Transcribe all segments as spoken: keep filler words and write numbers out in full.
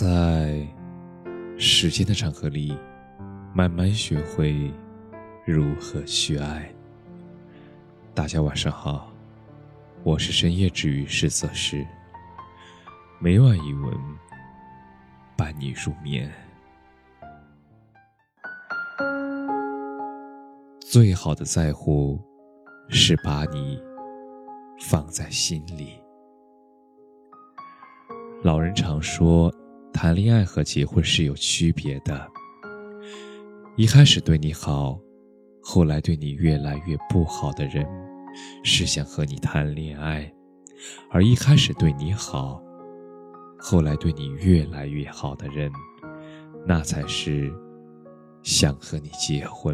在时间的长河里，慢慢学会如何去爱。大家晚上好，我是深夜治愈师则师，每晚一文伴你入眠。最好的在乎是把你放在心里。老人常说，谈恋爱和结婚是有区别的。一开始对你好，后来对你越来越不好的人，是想和你谈恋爱；而一开始对你好，后来对你越来越好的人，那才是想和你结婚。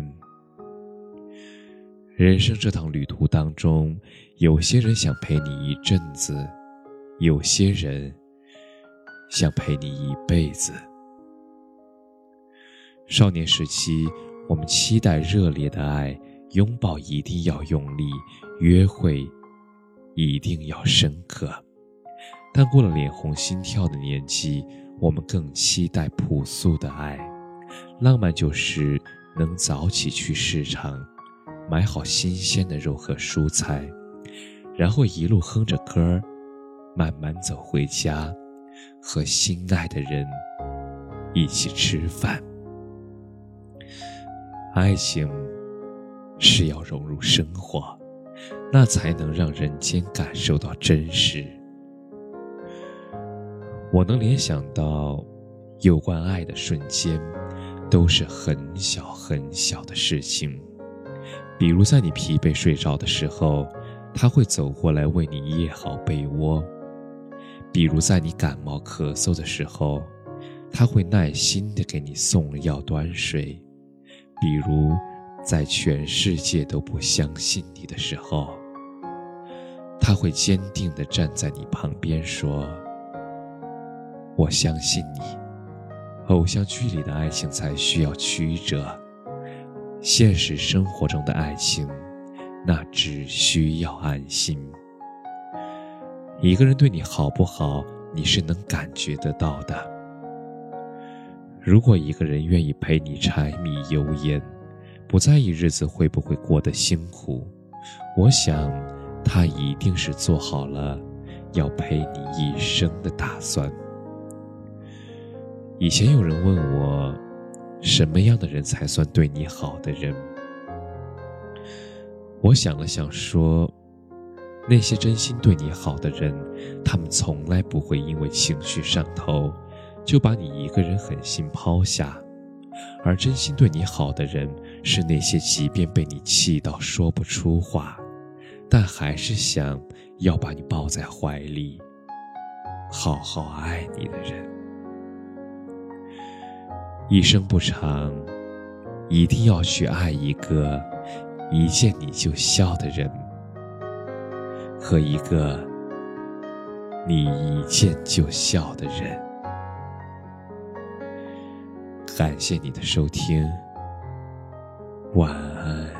人生这趟旅途当中，有些人想陪你一阵子，有些人想陪你一辈子。少年时期，我们期待热烈的爱，拥抱一定要用力，约会一定要深刻。但过了脸红心跳的年纪，我们更期待朴素的爱。浪漫就是能早起去市场，买好新鲜的肉和蔬菜，然后一路哼着歌，慢慢走回家，和心爱的人一起吃饭。爱情是要融入生活，那才能让人间感受到真实。我能联想到有关爱的瞬间，都是很小很小的事情。比如在你疲惫睡着的时候，他会走过来为你掖好被窝；比如在你感冒咳嗽的时候，他会耐心地给你送药端水；比如在全世界都不相信你的时候，他会坚定地站在你旁边说，我相信你。偶像剧里的爱情才需要曲折，现实生活中的爱情，那只需要安心。一个人对你好不好，你是能感觉得到的。如果一个人愿意陪你柴米油盐，不在意日子会不会过得辛苦，我想他一定是做好了要陪你一生的打算。以前有人问我，什么样的人才算对你好的人？我想了想说，那些真心对你好的人，他们从来不会因为情绪上头就把你一个人狠心抛下。而真心对你好的人，是那些即便被你气到说不出话，但还是想要把你抱在怀里，好好爱你的人。一生不长，一定要去爱一个一见你就笑的人，和一个你一见就笑的人。感谢你的收听，晚安。